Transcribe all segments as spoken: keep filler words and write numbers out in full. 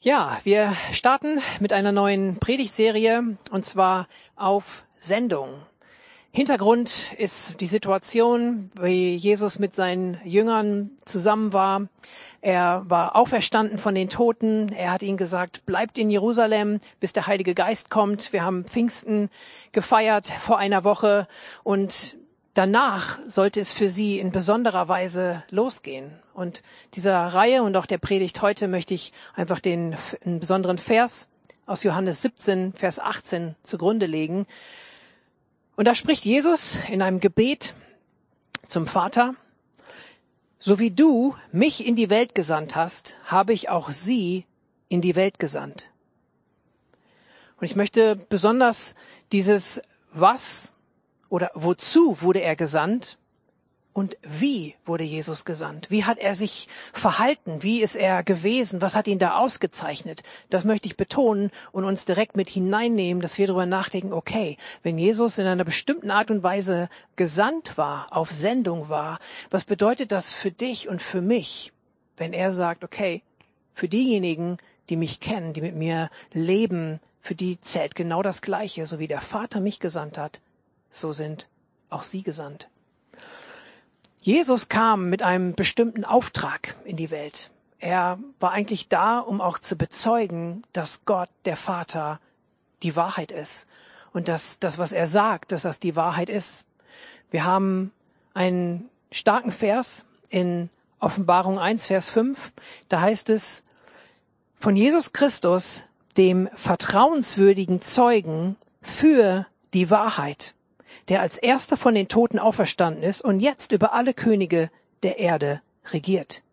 Ja, wir starten mit einer neuen Predigtserie und zwar auf Sendung. Hintergrund ist die Situation, wie Jesus mit seinen Jüngern zusammen war. Er war auferstanden von den Toten. Er hat ihnen gesagt, bleibt in Jerusalem, bis der Heilige Geist kommt. Wir haben Pfingsten gefeiert vor einer Woche und danach sollte es für sie in besonderer Weise losgehen. Und dieser Reihe und auch der Predigt heute möchte ich einfach den einen besonderen Vers aus Johannes siebzehn, Vers achtzehn zugrunde legen. Und da spricht Jesus in einem Gebet zum Vater: So wie du mich in die Welt gesandt hast, habe ich auch sie in die Welt gesandt. Und ich möchte besonders dieses Was oder wozu wurde er gesandt und wie wurde Jesus gesandt? Wie hat er sich verhalten? Wie ist er gewesen? Was hat ihn da ausgezeichnet? Das möchte ich betonen und uns direkt mit hineinnehmen, dass wir darüber nachdenken, okay, wenn Jesus in einer bestimmten Art und Weise gesandt war, auf Sendung war, was bedeutet das für dich und für mich, wenn er sagt, okay, für diejenigen, die mich kennen, die mit mir leben, für die zählt genau das Gleiche, so wie der Vater mich gesandt hat, so sind auch sie gesandt. Jesus kam mit einem bestimmten Auftrag in die Welt. Er war eigentlich da, um auch zu bezeugen, dass Gott, der Vater, die Wahrheit ist. Und dass das, was er sagt, dass das die Wahrheit ist. Wir haben einen starken Vers in Offenbarung eins, Vers fünf. Da heißt es, von Jesus Christus, dem vertrauenswürdigen Zeugen für die Wahrheit, der als erster von den Toten auferstanden ist und jetzt über alle Könige der Erde regiert.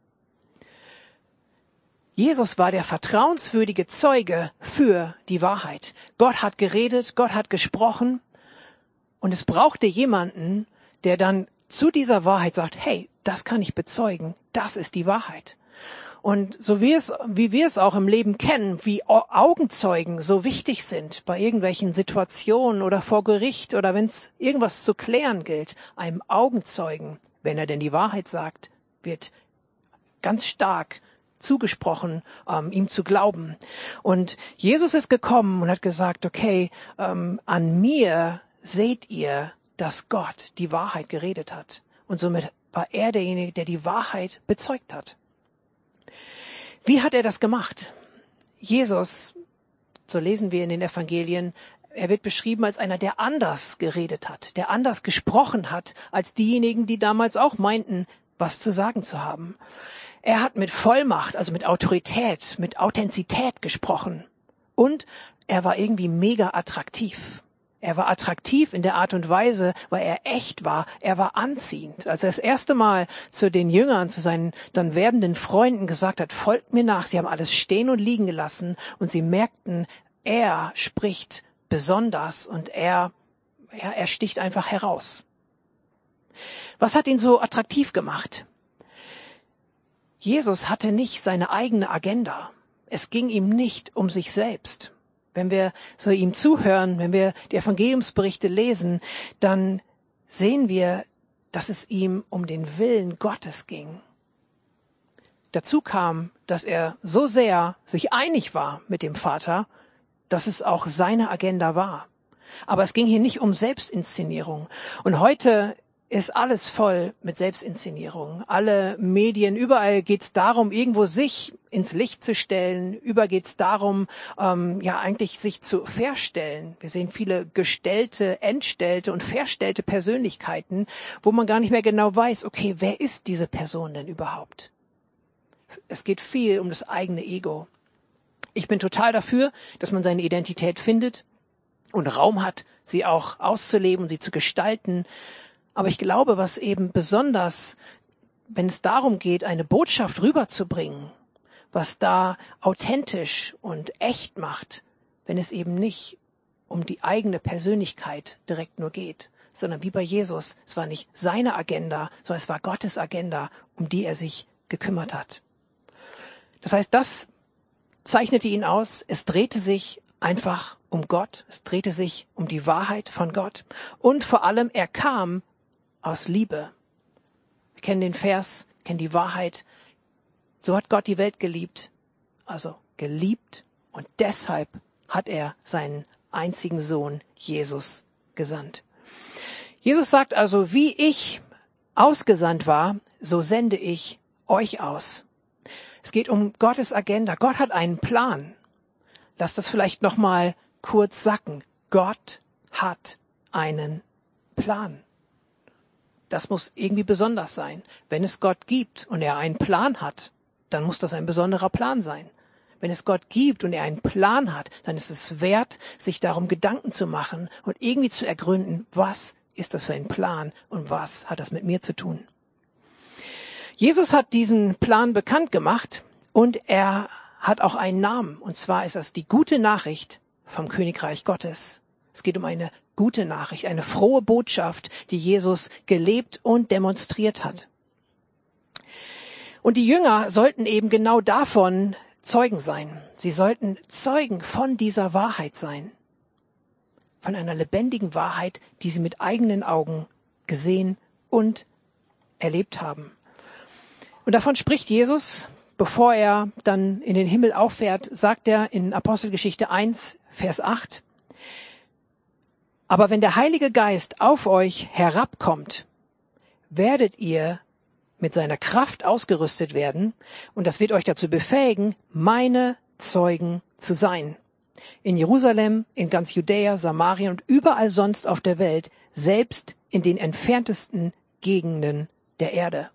Jesus war der vertrauenswürdige Zeuge für die Wahrheit. Gott hat geredet, Gott hat gesprochen und es brauchte jemanden, der dann zu dieser Wahrheit sagt, hey, das kann ich bezeugen, das ist die Wahrheit. Und so wie es, wie wir es auch im Leben kennen, wie Augenzeugen so wichtig sind bei irgendwelchen Situationen oder vor Gericht oder wenn es irgendwas zu klären gilt, einem Augenzeugen, wenn er denn die Wahrheit sagt, wird ganz stark zugesprochen, ähm, ihm zu glauben. Und Jesus ist gekommen und hat gesagt, okay, ähm, an mir seht ihr, dass Gott die Wahrheit geredet hat. Und somit war er derjenige, der die Wahrheit bezeugt hat. Wie hat er das gemacht? Jesus, so lesen wir in den Evangelien, er wird beschrieben als einer, der anders geredet hat, der anders gesprochen hat, als diejenigen, die damals auch meinten, was zu sagen zu haben. Er hat mit Vollmacht, also mit Autorität, mit Authentizität gesprochen. Und er war irgendwie mega attraktiv. Er war attraktiv in der Art und Weise, weil er echt war. Er war anziehend. Als er das erste Mal zu den Jüngern, zu seinen dann werdenden Freunden gesagt hat, folgt mir nach. Sie haben alles stehen und liegen gelassen und sie merkten, er spricht besonders und er, er, er sticht einfach heraus. Was hat ihn so attraktiv gemacht? Jesus hatte nicht seine eigene Agenda. Es ging ihm nicht um sich selbst. Wenn wir so ihm zuhören, wenn wir die Evangeliumsberichte lesen, dann sehen wir, dass es ihm um den Willen Gottes ging. Dazu kam, dass er so sehr sich einig war mit dem Vater, dass es auch seine Agenda war. Aber es ging hier nicht um Selbstinszenierung. Und heute ist alles voll mit Selbstinszenierung. Alle Medien, überall geht es darum, irgendwo sich ins Licht zu stellen. Überall geht es darum, ähm, ja eigentlich sich zu verstellen. Wir sehen viele gestellte, entstellte und verstellte Persönlichkeiten, wo man gar nicht mehr genau weiß, okay, wer ist diese Person denn überhaupt? Es geht viel um das eigene Ego. Ich bin total dafür, dass man seine Identität findet und Raum hat, sie auch auszuleben und sie zu gestalten. Aber ich glaube, was eben besonders, wenn es darum geht, eine Botschaft rüberzubringen, was da authentisch und echt macht, wenn es eben nicht um die eigene Persönlichkeit direkt nur geht, sondern wie bei Jesus, es war nicht seine Agenda, sondern es war Gottes Agenda, um die er sich gekümmert hat. Das heißt, das zeichnete ihn aus, es drehte sich einfach um Gott, es drehte sich um die Wahrheit von Gott und vor allem, er kam aus Liebe. Wir kennen den Vers, kennen die Wahrheit. So hat Gott die Welt geliebt. Also geliebt und deshalb hat er seinen einzigen Sohn Jesus gesandt. Jesus sagt also, wie ich ausgesandt war, so sende ich euch aus. Es geht um Gottes Agenda. Gott hat einen Plan. Lass das vielleicht noch mal kurz sacken. Gott hat einen Plan. Das muss irgendwie besonders sein. Wenn es Gott gibt und er einen Plan hat, dann muss das ein besonderer Plan sein. Wenn es Gott gibt und er einen Plan hat, dann ist es wert, sich darum Gedanken zu machen und irgendwie zu ergründen, was ist das für ein Plan und was hat das mit mir zu tun. Jesus hat diesen Plan bekannt gemacht und er hat auch einen Namen. Und zwar ist das die gute Nachricht vom Königreich Gottes. Es geht um eine gute Nachricht, eine frohe Botschaft, die Jesus gelebt und demonstriert hat. Und die Jünger sollten eben genau davon Zeugen sein. Sie sollten Zeugen von dieser Wahrheit sein. Von einer lebendigen Wahrheit, die sie mit eigenen Augen gesehen und erlebt haben. Und davon spricht Jesus, bevor er dann in den Himmel auffährt, sagt er in Apostelgeschichte eins, Vers acht, aber wenn der Heilige Geist auf euch herabkommt, werdet ihr mit seiner Kraft ausgerüstet werden und das wird euch dazu befähigen, meine Zeugen zu sein. In Jerusalem, in ganz Judäa, Samarien und überall sonst auf der Welt, selbst in den entferntesten Gegenden der Erde.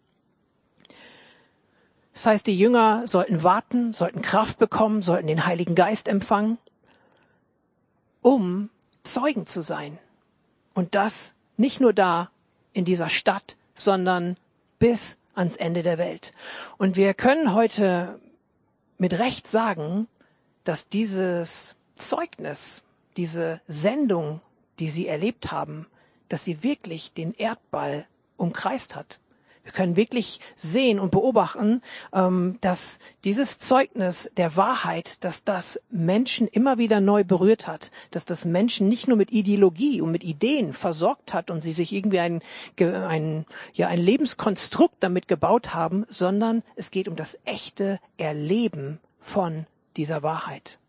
Das heißt, die Jünger sollten warten, sollten Kraft bekommen, sollten den Heiligen Geist empfangen, um Zeugen zu sein. Und das nicht nur da in dieser Stadt, sondern bis ans Ende der Welt. Und wir können heute mit Recht sagen, dass dieses Zeugnis, diese Sendung, die sie erlebt haben, dass sie wirklich den Erdball umkreist hat. Wir können wirklich sehen und beobachten, dass dieses Zeugnis der Wahrheit, dass das Menschen immer wieder neu berührt hat, dass das Menschen nicht nur mit Ideologie und mit Ideen versorgt hat und sie sich irgendwie ein, ein, ja, ein Lebenskonstrukt damit gebaut haben, sondern es geht um das echte Erleben von dieser Wahrheit.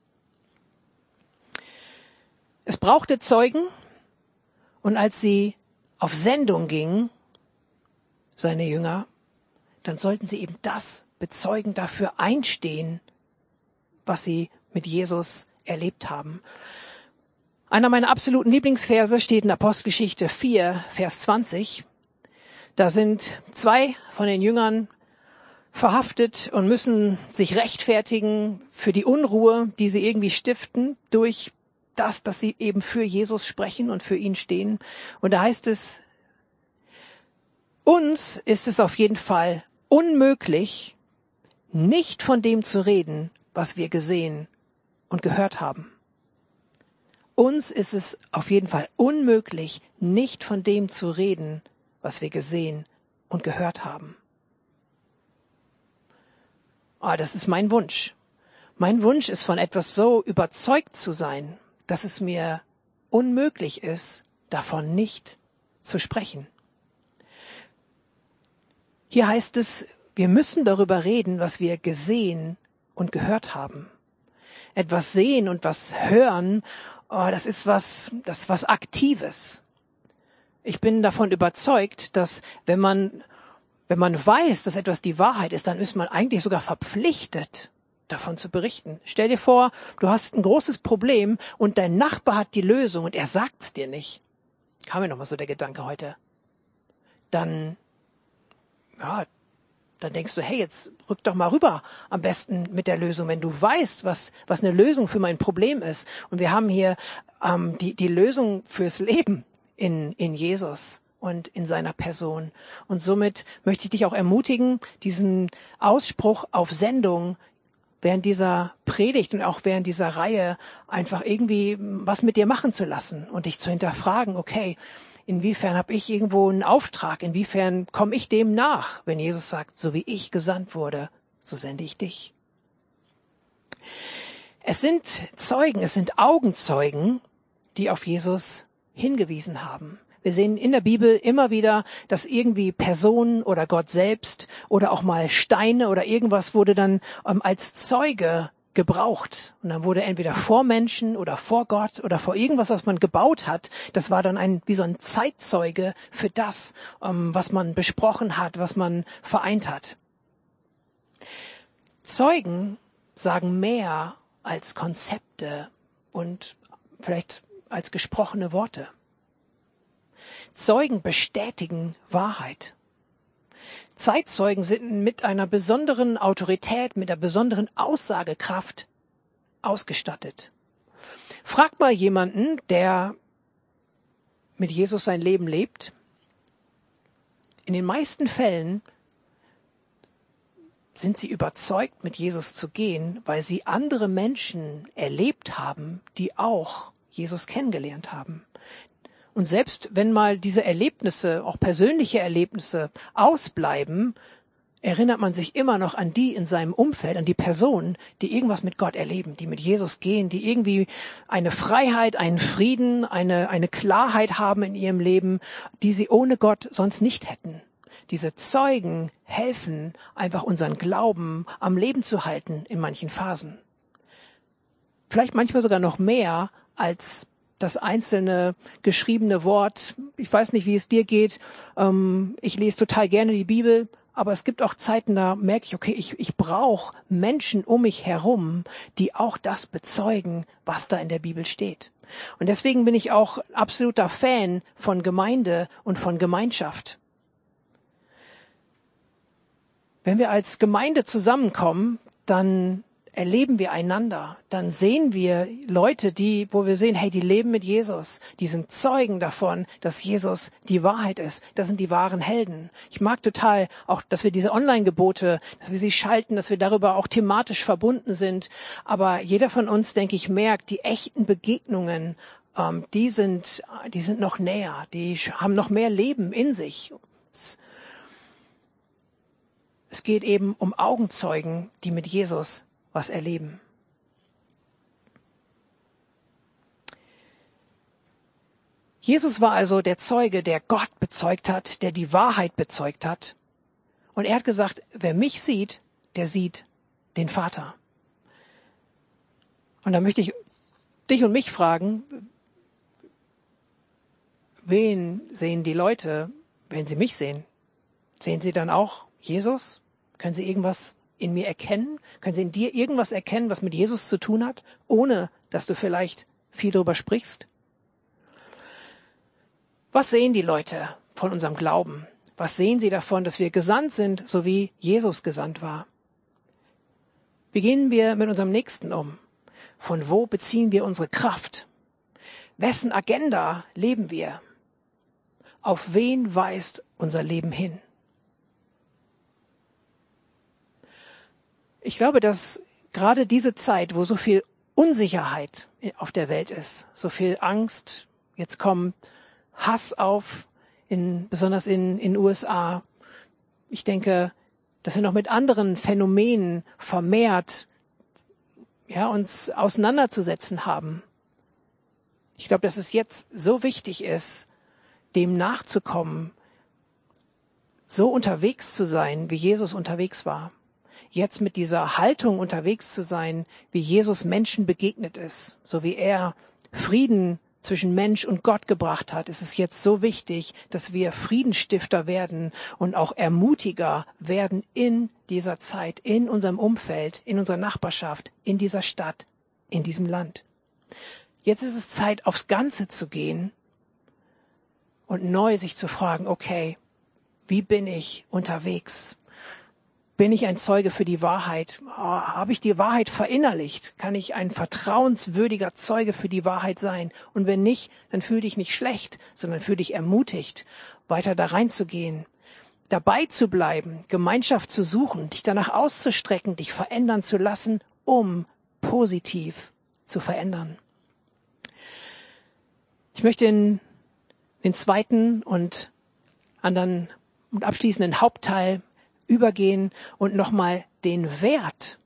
Es brauchte Zeugen und als sie auf Sendung gingen, seine Jünger, dann sollten sie eben das bezeugen, dafür einstehen, was sie mit Jesus erlebt haben. Einer meiner absoluten Lieblingsverse steht in Apostelgeschichte vier, Vers zwanzig. Da sind zwei von den Jüngern verhaftet und müssen sich rechtfertigen für die Unruhe, die sie irgendwie stiften, durch das, dass sie eben für Jesus sprechen und für ihn stehen. Und da heißt es, uns ist es auf jeden Fall unmöglich, nicht von dem zu reden, was wir gesehen und gehört haben. Uns ist es auf jeden Fall unmöglich, nicht von dem zu reden, was wir gesehen und gehört haben. Ah, das ist mein Wunsch. Mein Wunsch ist, von etwas so überzeugt zu sein, dass es mir unmöglich ist, davon nicht zu sprechen. Hier heißt es, wir müssen darüber reden, was wir gesehen und gehört haben. Etwas sehen und was hören, oh, das ist was, das ist was Aktives. Ich bin davon überzeugt, dass wenn man, wenn man weiß, dass etwas die Wahrheit ist, dann ist man eigentlich sogar verpflichtet, davon zu berichten. Stell dir vor, du hast ein großes Problem und dein Nachbar hat die Lösung und er sagt's dir nicht. Kam mir noch mal so der Gedanke heute. Dann Ja, dann denkst du, hey, jetzt rück doch mal rüber am besten mit der Lösung, wenn du weißt, was was eine Lösung für mein Problem ist. Und wir haben hier ähm, die die Lösung fürs Leben in in Jesus und in seiner Person. Und somit möchte ich dich auch ermutigen, diesen Ausspruch auf Sendung während dieser Predigt und auch während dieser Reihe einfach irgendwie was mit dir machen zu lassen und dich zu hinterfragen, okay, inwiefern habe ich irgendwo einen Auftrag? Inwiefern komme ich dem nach, wenn Jesus sagt, so wie ich gesandt wurde, so sende ich dich? Es sind Zeugen, es sind Augenzeugen, die auf Jesus hingewiesen haben. Wir sehen in der Bibel immer wieder, dass irgendwie Personen oder Gott selbst oder auch mal Steine oder irgendwas wurde dann ähm, als Zeuge gebraucht. Und dann wurde entweder vor Menschen oder vor Gott oder vor irgendwas, was man gebaut hat, das war dann ein wie so ein Zeitzeuge für das, ähm, was man besprochen hat, was man vereint hat. Zeugen sagen mehr als Konzepte und vielleicht als gesprochene Worte. Zeugen bestätigen Wahrheit. Zeitzeugen sind mit einer besonderen Autorität, mit einer besonderen Aussagekraft ausgestattet. Frag mal jemanden, der mit Jesus sein Leben lebt. In den meisten Fällen sind sie überzeugt, mit Jesus zu gehen, weil sie andere Menschen erlebt haben, die auch Jesus kennengelernt haben. Und selbst wenn mal diese Erlebnisse, auch persönliche Erlebnisse, ausbleiben, erinnert man sich immer noch an die in seinem Umfeld, an die Personen, die irgendwas mit Gott erleben, die mit Jesus gehen, die irgendwie eine Freiheit, einen Frieden, eine, eine Klarheit haben in ihrem Leben, die sie ohne Gott sonst nicht hätten. Diese Zeugen helfen, einfach unseren Glauben am Leben zu halten in manchen Phasen. Vielleicht manchmal sogar noch mehr als das einzelne geschriebene Wort. Ich weiß nicht, wie es dir geht. Ähm, ich lese total gerne die Bibel, aber es gibt auch Zeiten, da merke ich, okay, ich, ich brauche Menschen um mich herum, die auch das bezeugen, was da in der Bibel steht. Und deswegen bin ich auch absoluter Fan von Gemeinde und von Gemeinschaft. Wenn wir als Gemeinde zusammenkommen, dann erleben wir einander, dann sehen wir Leute, die, wo wir sehen, hey, die leben mit Jesus, die sind Zeugen davon, dass Jesus die Wahrheit ist, das sind die wahren Helden. Ich mag total auch, dass wir diese Online-Gebote, dass wir sie schalten, dass wir darüber auch thematisch verbunden sind, aber jeder von uns, denke ich, merkt, die echten Begegnungen, ähm, die sind, die sind noch näher, die haben noch mehr Leben in sich. Es geht eben um Augenzeugen, die mit Jesus was erleben. Jesus war also der Zeuge, der Gott bezeugt hat, der die Wahrheit bezeugt hat. Und er hat gesagt, wer mich sieht, der sieht den Vater. Und da möchte ich dich und mich fragen, wen sehen die Leute, wenn sie mich sehen? Sehen sie dann auch Jesus? Können sie irgendwas in mir erkennen? Können sie in dir irgendwas erkennen, was mit Jesus zu tun hat, ohne dass du vielleicht viel darüber sprichst? Was sehen die Leute von unserem Glauben? Was sehen sie davon, dass wir gesandt sind, so wie Jesus gesandt war? Wie gehen wir mit unserem Nächsten um? Von wo beziehen wir unsere Kraft? Wessen Agenda leben wir? Auf wen weist unser Leben hin? Ich glaube, dass gerade diese Zeit, wo so viel Unsicherheit auf der Welt ist, so viel Angst, jetzt kommt Hass auf, in, besonders in in U S A. Ich denke, dass wir noch mit anderen Phänomenen vermehrt ja, uns auseinanderzusetzen haben. Ich glaube, dass es jetzt so wichtig ist, dem nachzukommen, so unterwegs zu sein, wie Jesus unterwegs war. Jetzt mit dieser Haltung unterwegs zu sein, wie Jesus Menschen begegnet ist, so wie er Frieden zwischen Mensch und Gott gebracht hat, ist es jetzt so wichtig, dass wir Friedensstifter werden und auch Ermutiger werden in dieser Zeit, in unserem Umfeld, in unserer Nachbarschaft, in dieser Stadt, in diesem Land. Jetzt ist es Zeit, aufs Ganze zu gehen und neu sich zu fragen, okay, wie bin ich unterwegs? Bin ich ein Zeuge für die Wahrheit? Oh, habe ich die Wahrheit verinnerlicht? Kann ich ein vertrauenswürdiger Zeuge für die Wahrheit sein? Und wenn nicht, dann fühl dich nicht schlecht, sondern fühl dich ermutigt, weiter da reinzugehen, dabei zu bleiben, Gemeinschaft zu suchen, dich danach auszustrecken, dich verändern zu lassen, um positiv zu verändern. Ich möchte in den zweiten und anderen und abschließenden Hauptteil übergehen und nochmal den Wert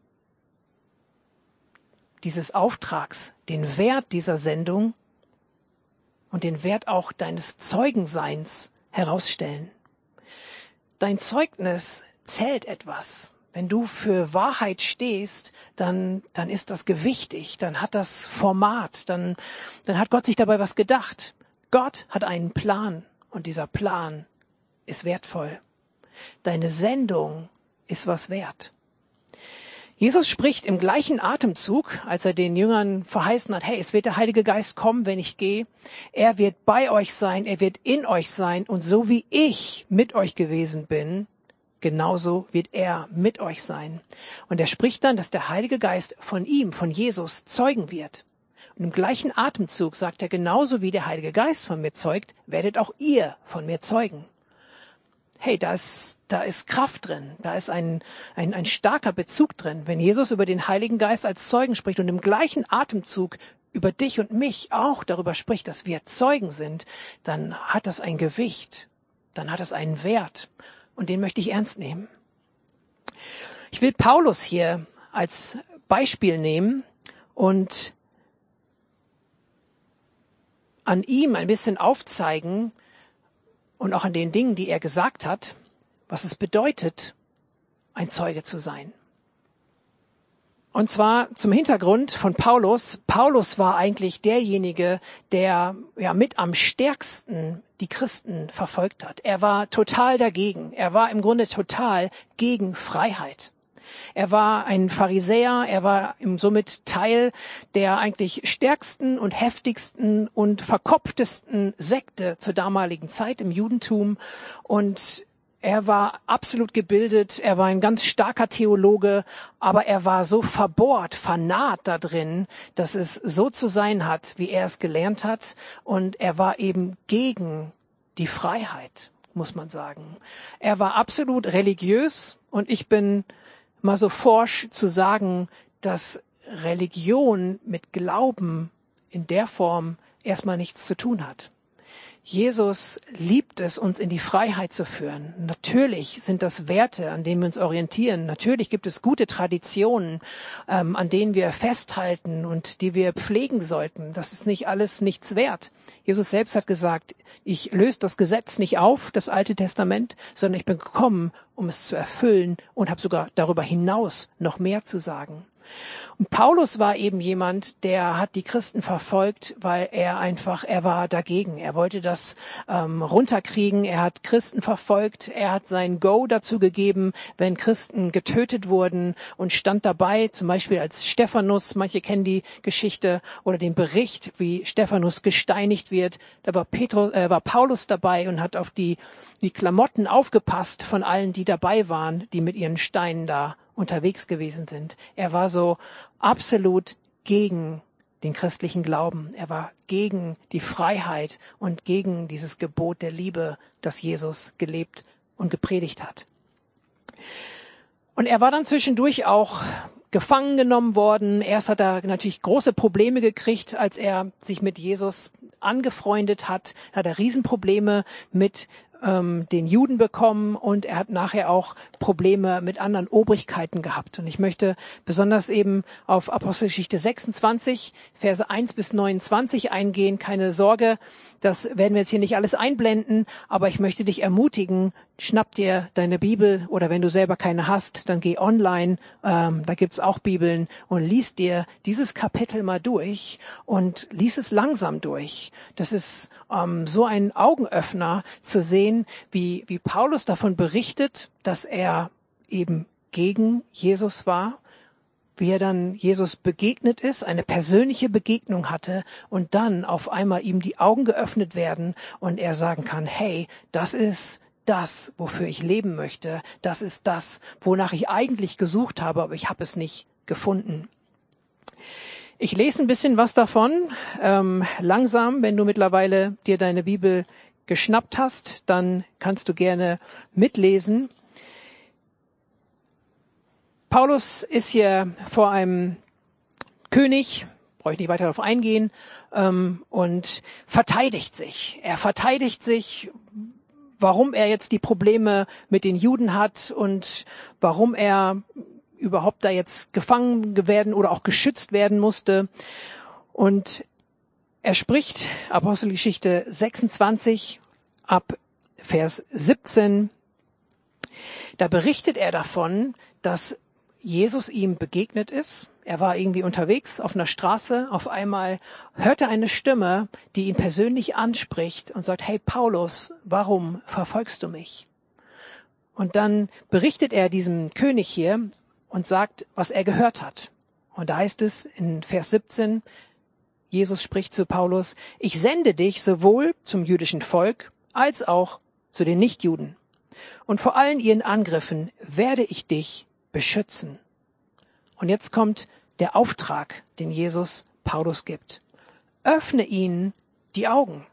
dieses Auftrags, den Wert dieser Sendung und den Wert auch deines Zeugenseins herausstellen. Dein Zeugnis zählt etwas. Wenn du für Wahrheit stehst, dann, dann ist das gewichtig, dann hat das Format, dann, dann hat Gott sich dabei was gedacht. Gott hat einen Plan und dieser Plan ist wertvoll. Deine Sendung ist was wert. Jesus spricht im gleichen Atemzug, als er den Jüngern verheißen hat, hey, es wird der Heilige Geist kommen, wenn ich gehe. Er wird bei euch sein, er wird in euch sein und so wie ich mit euch gewesen bin, genauso wird er mit euch sein. Und er spricht dann, dass der Heilige Geist von ihm, von Jesus, zeugen wird. Und im gleichen Atemzug sagt er, genauso wie der Heilige Geist von mir zeugt, werdet auch ihr von mir zeugen. Hey, da ist, da ist Kraft drin, da ist ein, ein, ein starker Bezug drin. Wenn Jesus über den Heiligen Geist als Zeugen spricht und im gleichen Atemzug über dich und mich auch darüber spricht, dass wir Zeugen sind, dann hat das ein Gewicht, dann hat das einen Wert. Und den möchte ich ernst nehmen. Ich will Paulus hier als Beispiel nehmen und an ihm ein bisschen aufzeigen und auch an den Dingen, die er gesagt hat, was es bedeutet, ein Zeuge zu sein. Und zwar zum Hintergrund von Paulus. Paulus war eigentlich derjenige, der ja mit am stärksten die Christen verfolgt hat. Er war total dagegen. Er war im Grunde total gegen Freiheit. Er war ein Pharisäer, er war somit Teil der eigentlich stärksten und heftigsten und verkopftesten Sekte zur damaligen Zeit im Judentum und er war absolut gebildet, er war ein ganz starker Theologe, aber er war so verbohrt, vernarrt da drin, dass es so zu sein hat, wie er es gelernt hat. Und er war eben gegen die Freiheit, muss man sagen. Er war absolut religiös und ich bin mal so forsch zu sagen, dass Religion mit Glauben in der Form erstmal nichts zu tun hat. Jesus liebt es, uns in die Freiheit zu führen. Natürlich sind das Werte, an denen wir uns orientieren. Natürlich gibt es gute Traditionen, ähm, an denen wir festhalten und die wir pflegen sollten. Das ist nicht alles nichts wert. Jesus selbst hat gesagt, ich löse das Gesetz nicht auf, das Alte Testament, sondern ich bin gekommen, um es zu erfüllen und habe sogar darüber hinaus noch mehr zu sagen. Und Paulus war eben jemand, der hat die Christen verfolgt, weil er einfach, er war dagegen. Er wollte das ähm, runterkriegen. Er hat Christen verfolgt. Er hat sein Go dazu gegeben, wenn Christen getötet wurden und stand dabei, zum Beispiel als Stephanus, manche kennen die Geschichte oder den Bericht, wie Stephanus gesteinigt wird. Da war Petrus, äh, war Paulus dabei und hat auf die, die Klamotten aufgepasst von allen, die dabei waren, die mit ihren Steinen da unterwegs gewesen sind. Er war so absolut gegen den christlichen Glauben. Er war gegen die Freiheit und gegen dieses Gebot der Liebe, das Jesus gelebt und gepredigt hat. Und er war dann zwischendurch auch gefangen genommen worden. Erst hat er natürlich große Probleme gekriegt, als er sich mit Jesus angefreundet hat. Er hat er Riesenprobleme mit den Juden bekommen und er hat nachher auch Probleme mit anderen Obrigkeiten gehabt. Und ich möchte besonders eben auf Apostelgeschichte sechsundzwanzig, Verse eins bis neunundzwanzig eingehen. Keine Sorge, das werden wir jetzt hier nicht alles einblenden, aber ich möchte dich ermutigen, schnapp dir deine Bibel oder wenn du selber keine hast, dann geh online, ähm, da gibt's auch Bibeln und lies dir dieses Kapitel mal durch und lies es langsam durch. Das ist ähm, so ein Augenöffner zu sehen, wie, wie Paulus davon berichtet, dass er eben gegen Jesus war, wie er dann Jesus begegnet ist, eine persönliche Begegnung hatte und dann auf einmal ihm die Augen geöffnet werden und er sagen kann, hey, das ist das, wofür ich leben möchte, das ist das, wonach ich eigentlich gesucht habe, aber ich habe es nicht gefunden. Ich lese ein bisschen was davon, ähm, langsam, wenn du mittlerweile dir deine Bibel geschnappt hast, dann kannst du gerne mitlesen. Paulus ist hier vor einem König, brauche ich nicht weiter darauf eingehen, ähm, und verteidigt sich. Er verteidigt sich, warum er jetzt die Probleme mit den Juden hat und warum er überhaupt da jetzt gefangen werden oder auch geschützt werden musste. Und er spricht, Apostelgeschichte sechsundzwanzig ab Vers siebzehn, Da berichtet er davon, dass Jesus ihm begegnet ist. Er war irgendwie unterwegs auf einer Straße. Auf einmal hört er eine Stimme, die ihn persönlich anspricht und sagt, hey Paulus, warum verfolgst du mich? Und dann berichtet er diesem König hier und sagt, was er gehört hat. Und da heißt es in Vers siebzehn, Jesus spricht zu Paulus, ich sende dich sowohl zum jüdischen Volk als auch zu den Nichtjuden. Und vor allen ihren Angriffen werde ich dich beschützen. Und jetzt kommt der Auftrag, den Jesus Paulus gibt. Öffne ihnen die Augen,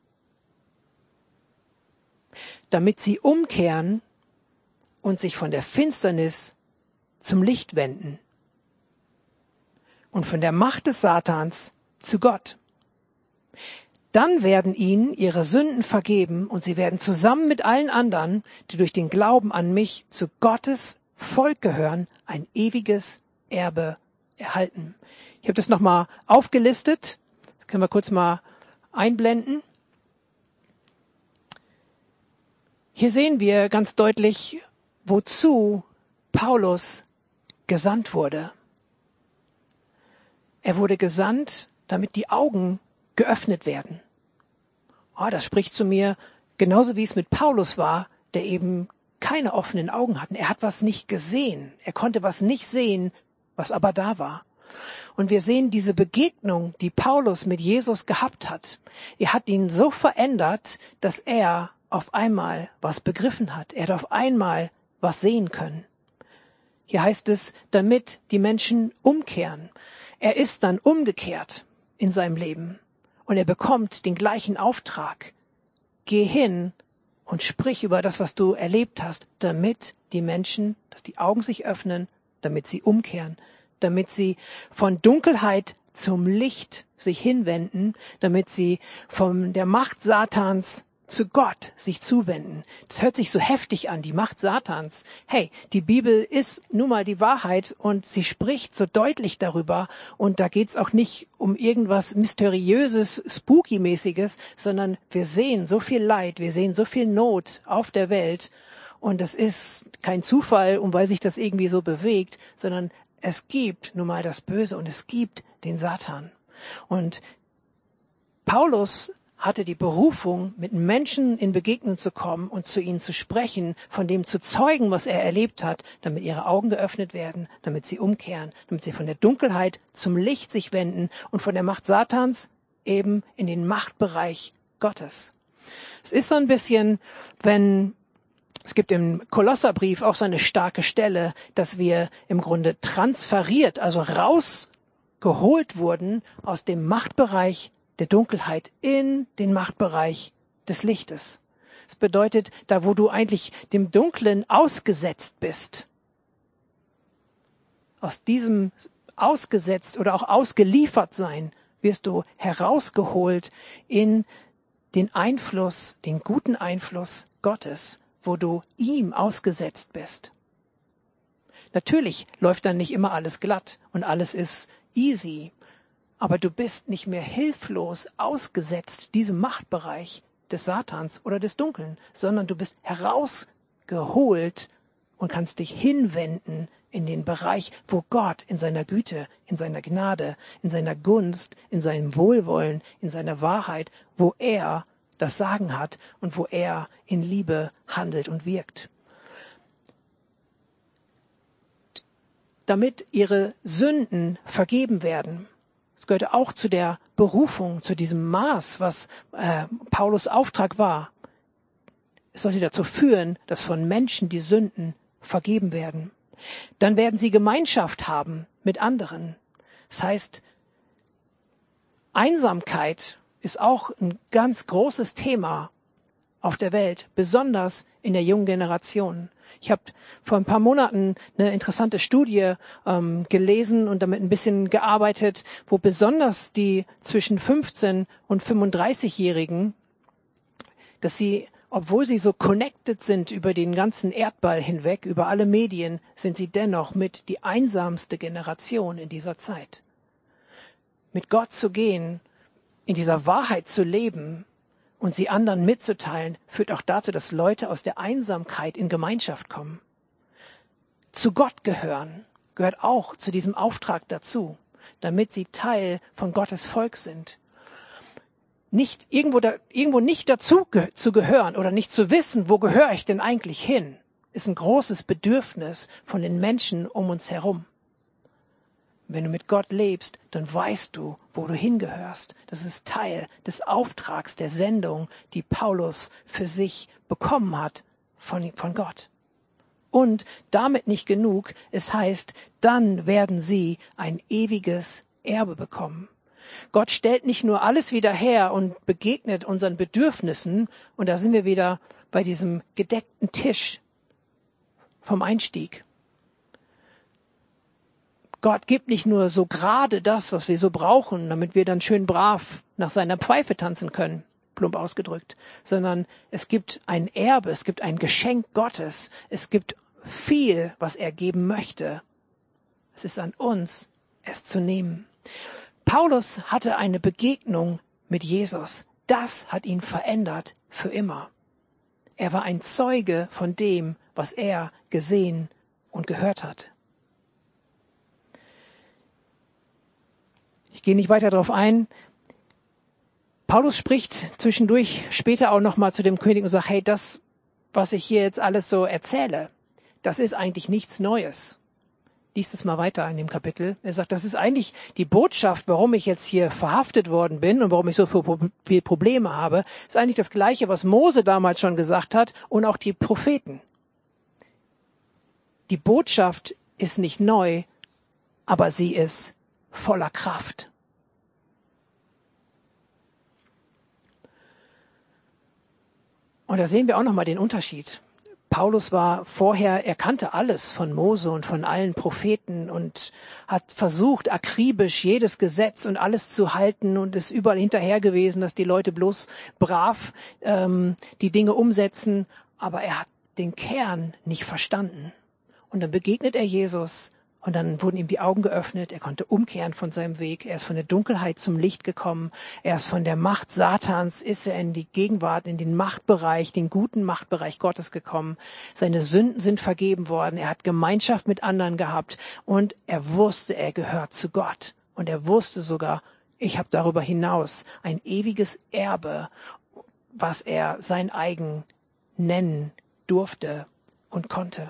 damit sie umkehren und sich von der Finsternis zum Licht wenden und von der Macht des Satans zu Gott. Dann werden ihnen ihre Sünden vergeben und sie werden zusammen mit allen anderen, die durch den Glauben an mich zu Gottes Volk gehören, ein ewiges Erbe erhalten. Ich habe das nochmal aufgelistet. Das können wir kurz mal einblenden. Hier sehen wir ganz deutlich, wozu Paulus gesandt wurde. Er wurde gesandt, damit die Augen geöffnet werden. Oh, das spricht zu mir, genauso wie es mit Paulus war, der eben keine offenen Augen hatten. Er hat was nicht gesehen. Er konnte was nicht sehen, was aber da war. Und wir sehen diese Begegnung, die Paulus mit Jesus gehabt hat. Er hat ihn so verändert, dass er auf einmal was begriffen hat. Er hat auf einmal was sehen können. Hier heißt es, damit die Menschen umkehren. Er ist dann umgekehrt in seinem Leben und er bekommt den gleichen Auftrag. Geh hin und sprich über das, was du erlebt hast, damit die Menschen, dass die Augen sich öffnen, damit sie umkehren, damit sie von Dunkelheit zum Licht sich hinwenden, damit sie von der Macht Satans zu Gott sich zuwenden. Das hört sich so heftig an, die Macht Satans. Hey, die Bibel ist nun mal die Wahrheit und sie spricht so deutlich darüber und da geht's auch nicht um irgendwas Mysteriöses, Spooky-mäßiges, sondern wir sehen so viel Leid, wir sehen so viel Not auf der Welt und das ist kein Zufall, um weil sich das irgendwie so bewegt, sondern es gibt nun mal das Böse und es gibt den Satan. Und Paulus hatte die Berufung, mit Menschen in Begegnung zu kommen und zu ihnen zu sprechen, von dem zu zeugen, was er erlebt hat, damit ihre Augen geöffnet werden, damit sie umkehren, damit sie von der Dunkelheit zum Licht sich wenden und von der Macht Satans eben in den Machtbereich Gottes. Es ist so ein bisschen, wenn es gibt im Kolosserbrief auch so eine starke Stelle, dass wir im Grunde transferiert, also rausgeholt wurden aus dem Machtbereich der Dunkelheit in den Machtbereich des Lichtes. Das bedeutet, da wo du eigentlich dem Dunklen ausgesetzt bist, aus diesem ausgesetzt oder auch ausgeliefert sein, wirst du herausgeholt in den Einfluss, den guten Einfluss Gottes, wo du ihm ausgesetzt bist. Natürlich läuft dann nicht immer alles glatt und alles ist easy. Aber du bist nicht mehr hilflos ausgesetzt diesem Machtbereich des Satans oder des Dunkeln, sondern du bist herausgeholt und kannst dich hinwenden in den Bereich, wo Gott in seiner Güte, in seiner Gnade, in seiner Gunst, in seinem Wohlwollen, in seiner Wahrheit, wo er das Sagen hat und wo er in Liebe handelt und wirkt. Damit ihre Sünden vergeben werden. Es gehörte auch zu der Berufung, zu diesem Maß, was äh, Paulus Auftrag war. Es sollte dazu führen, dass von Menschen die Sünden vergeben werden. Dann werden sie Gemeinschaft haben mit anderen. Das heißt, Einsamkeit ist auch ein ganz großes Thema auf der Welt, besonders in der jungen Generation. Ich habe vor ein paar Monaten eine interessante Studie ähm, gelesen und damit ein bisschen gearbeitet, wo besonders die zwischen fünfzehn und fünfunddreißig-Jährigen, dass sie, obwohl sie so connected sind über den ganzen Erdball hinweg, über alle Medien, sind sie dennoch mit die einsamste Generation in dieser Zeit. Mit Gott zu gehen, in dieser Wahrheit zu leben, und sie anderen mitzuteilen, führt auch dazu, dass Leute aus der Einsamkeit in Gemeinschaft kommen. Zu Gott gehören gehört auch zu diesem Auftrag dazu, damit sie Teil von Gottes Volk sind. Nicht irgendwo, da, irgendwo nicht dazu ge- zu gehören oder nicht zu wissen, wo gehöre ich denn eigentlich hin, ist ein großes Bedürfnis von den Menschen um uns herum. Wenn du mit Gott lebst, dann weißt du, wo du hingehörst. Das ist Teil des Auftrags, der Sendung, die Paulus für sich bekommen hat von, von Gott. Und damit nicht genug, es heißt, dann werden sie ein ewiges Erbe bekommen. Gott stellt nicht nur alles wieder her und begegnet unseren Bedürfnissen, und da sind wir wieder bei diesem gedeckten Tisch vom Einstieg. Gott gibt nicht nur so gerade das, was wir so brauchen, damit wir dann schön brav nach seiner Pfeife tanzen können, plump ausgedrückt, sondern es gibt ein Erbe, es gibt ein Geschenk Gottes, es gibt viel, was er geben möchte. Es ist an uns, es zu nehmen. Paulus hatte eine Begegnung mit Jesus. Das hat ihn verändert für immer. Er war ein Zeuge von dem, was er gesehen und gehört hat. Ich gehe nicht weiter darauf ein. Paulus spricht zwischendurch später auch nochmal zu dem König und sagt, hey, das, was ich hier jetzt alles so erzähle, das ist eigentlich nichts Neues. Lies das mal weiter in dem Kapitel. Er sagt, das ist eigentlich die Botschaft, warum ich jetzt hier verhaftet worden bin und warum ich so viele Probleme habe, ist eigentlich das Gleiche, was Mose damals schon gesagt hat und auch die Propheten. Die Botschaft ist nicht neu, aber sie ist voller Kraft. Und da sehen wir auch nochmal den Unterschied. Paulus war vorher, er kannte alles von Mose und von allen Propheten und hat versucht, akribisch jedes Gesetz und alles zu halten und ist überall hinterher gewesen, dass die Leute bloß brav ähm, die Dinge umsetzen. Aber er hat den Kern nicht verstanden. Und dann begegnet er Jesus. Und dann wurden ihm die Augen geöffnet, er konnte umkehren von seinem Weg, er ist von der Dunkelheit zum Licht gekommen, er ist von der Macht Satans, ist er in die Gegenwart, in den Machtbereich, den guten Machtbereich Gottes gekommen. Seine Sünden sind vergeben worden, er hat Gemeinschaft mit anderen gehabt und er wusste, er gehört zu Gott. Und er wusste sogar, ich habe darüber hinaus ein ewiges Erbe, was er sein eigen nennen durfte und konnte.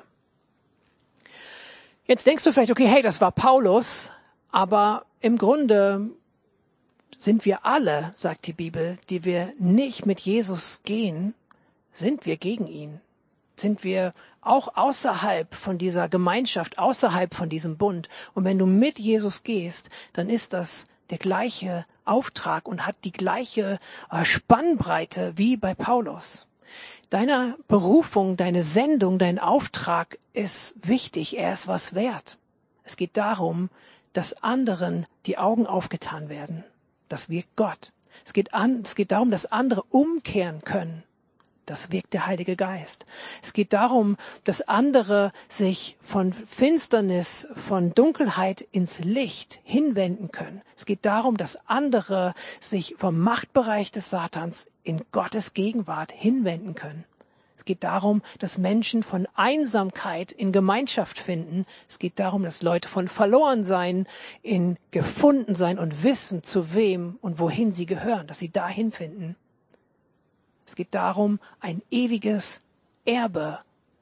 Jetzt denkst du vielleicht, okay, hey, das war Paulus, aber im Grunde sind wir alle, sagt die Bibel, die wir nicht mit Jesus gehen, sind wir gegen ihn. Sind wir auch außerhalb von dieser Gemeinschaft, außerhalb von diesem Bund. Und wenn du mit Jesus gehst, dann ist das der gleiche Auftrag und hat die gleiche Spannbreite wie bei Paulus. Deine Berufung, deine Sendung, dein Auftrag ist wichtig, er ist was wert. Es geht darum, dass anderen die Augen aufgetan werden. Das wirkt Gott. Es geht an, es geht darum, dass andere umkehren können. Das wirkt der Heilige Geist. Es geht darum, dass andere sich von Finsternis, von Dunkelheit ins Licht hinwenden können. Es geht darum, dass andere sich vom Machtbereich des Satans in Gottes Gegenwart hinwenden können. Es geht darum, dass Menschen von Einsamkeit in Gemeinschaft finden. Es geht darum, dass Leute von Verlorensein in Gefundensein und wissen, zu wem und wohin sie gehören, dass sie dahin finden. Es geht darum, ein ewiges Erbe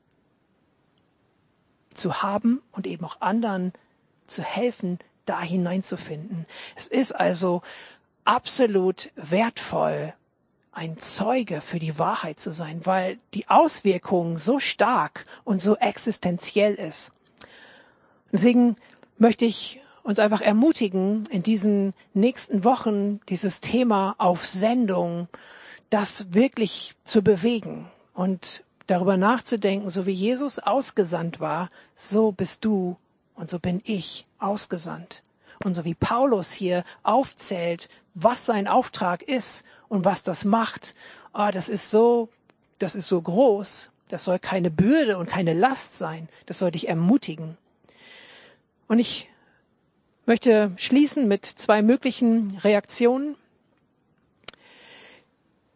zu haben und eben auch anderen zu helfen, da hineinzufinden. Es ist also absolut wertvoll, ein Zeuge für die Wahrheit zu sein, weil die Auswirkung so stark und so existenziell ist. Deswegen möchte ich uns einfach ermutigen, in diesen nächsten Wochen dieses Thema auf Sendung, das wirklich zu bewegen und darüber nachzudenken, so wie Jesus ausgesandt war, so bist du und so bin ich ausgesandt. Und so wie Paulus hier aufzählt, was sein Auftrag ist und was das macht, ah, das ist so, das ist so groß, das soll keine Bürde und keine Last sein, das soll dich ermutigen. Und ich möchte schließen mit zwei möglichen Reaktionen.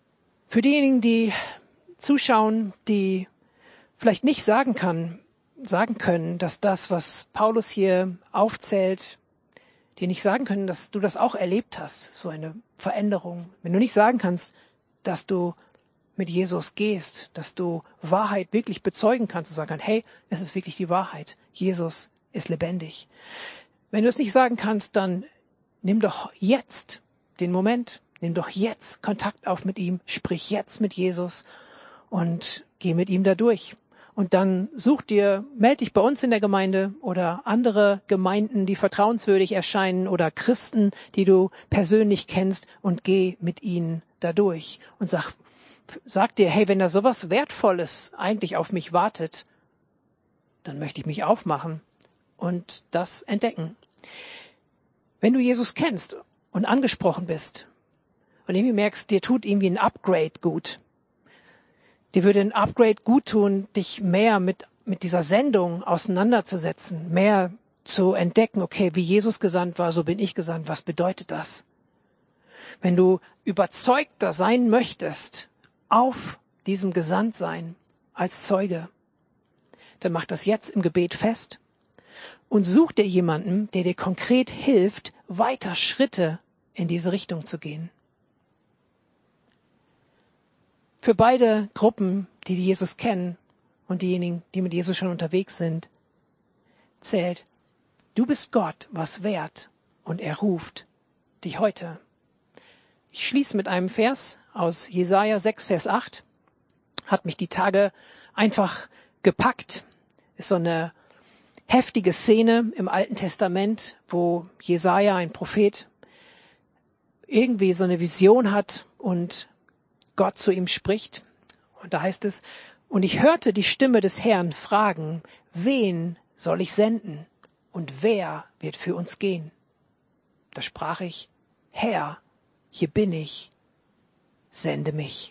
Für diejenigen, die zuschauen, die vielleicht nicht sagen kann, sagen können, dass das, was Paulus hier aufzählt, die nicht sagen können, dass du das auch erlebt hast, so eine Veränderung. Wenn du nicht sagen kannst, dass du mit Jesus gehst, dass du Wahrheit wirklich bezeugen kannst und sagen kannst, hey, es ist wirklich die Wahrheit. Jesus ist lebendig. Wenn du es nicht sagen kannst, dann nimm doch jetzt den Moment, nimm doch jetzt Kontakt auf mit ihm, sprich jetzt mit Jesus und geh mit ihm da durch. Und dann such dir, meld dich bei uns in der Gemeinde oder andere Gemeinden, die vertrauenswürdig erscheinen oder Christen, die du persönlich kennst und geh mit ihnen da durch und sag, sag dir, hey, wenn da sowas Wertvolles eigentlich auf mich wartet, dann möchte ich mich aufmachen und das entdecken. Wenn du Jesus kennst und angesprochen bist und irgendwie merkst, dir tut irgendwie ein Upgrade gut, dir würde ein Upgrade gut tun, dich mehr mit, mit dieser Sendung auseinanderzusetzen, mehr zu entdecken, okay, wie Jesus gesandt war, so bin ich gesandt, was bedeutet das? Wenn du überzeugter sein möchtest auf diesem Gesandtsein als Zeuge, dann mach das jetzt im Gebet fest und such dir jemanden, der dir konkret hilft, weiter Schritte in diese Richtung zu gehen. Für beide Gruppen, die Jesus kennen und diejenigen, die mit Jesus schon unterwegs sind, zählt, du bist Gott was wert und er ruft dich heute. Ich schließe mit einem Vers aus Jesaja sechs, Vers acht. Hat mich die Tage einfach gepackt. Ist so eine heftige Szene im Alten Testament, wo Jesaja, ein Prophet, irgendwie so eine Vision hat und Gott zu ihm spricht. Und da heißt es, und ich hörte die Stimme des Herrn fragen, wen soll ich senden? Und wer wird für uns gehen? Da sprach ich, Herr, hier bin ich, sende mich.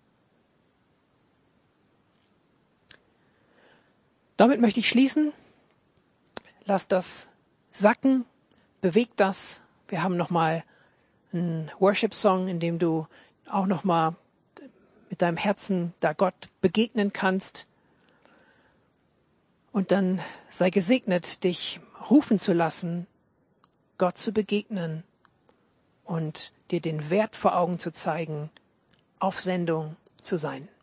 Damit möchte ich schließen. Lass das sacken, beweg das. Wir haben nochmal einen Worship-Song, in dem du auch nochmal mit deinem Herzen da Gott begegnen kannst. Und dann sei gesegnet, dich rufen zu lassen, Gott zu begegnen und dir den Wert vor Augen zu zeigen, auf Sendung zu sein.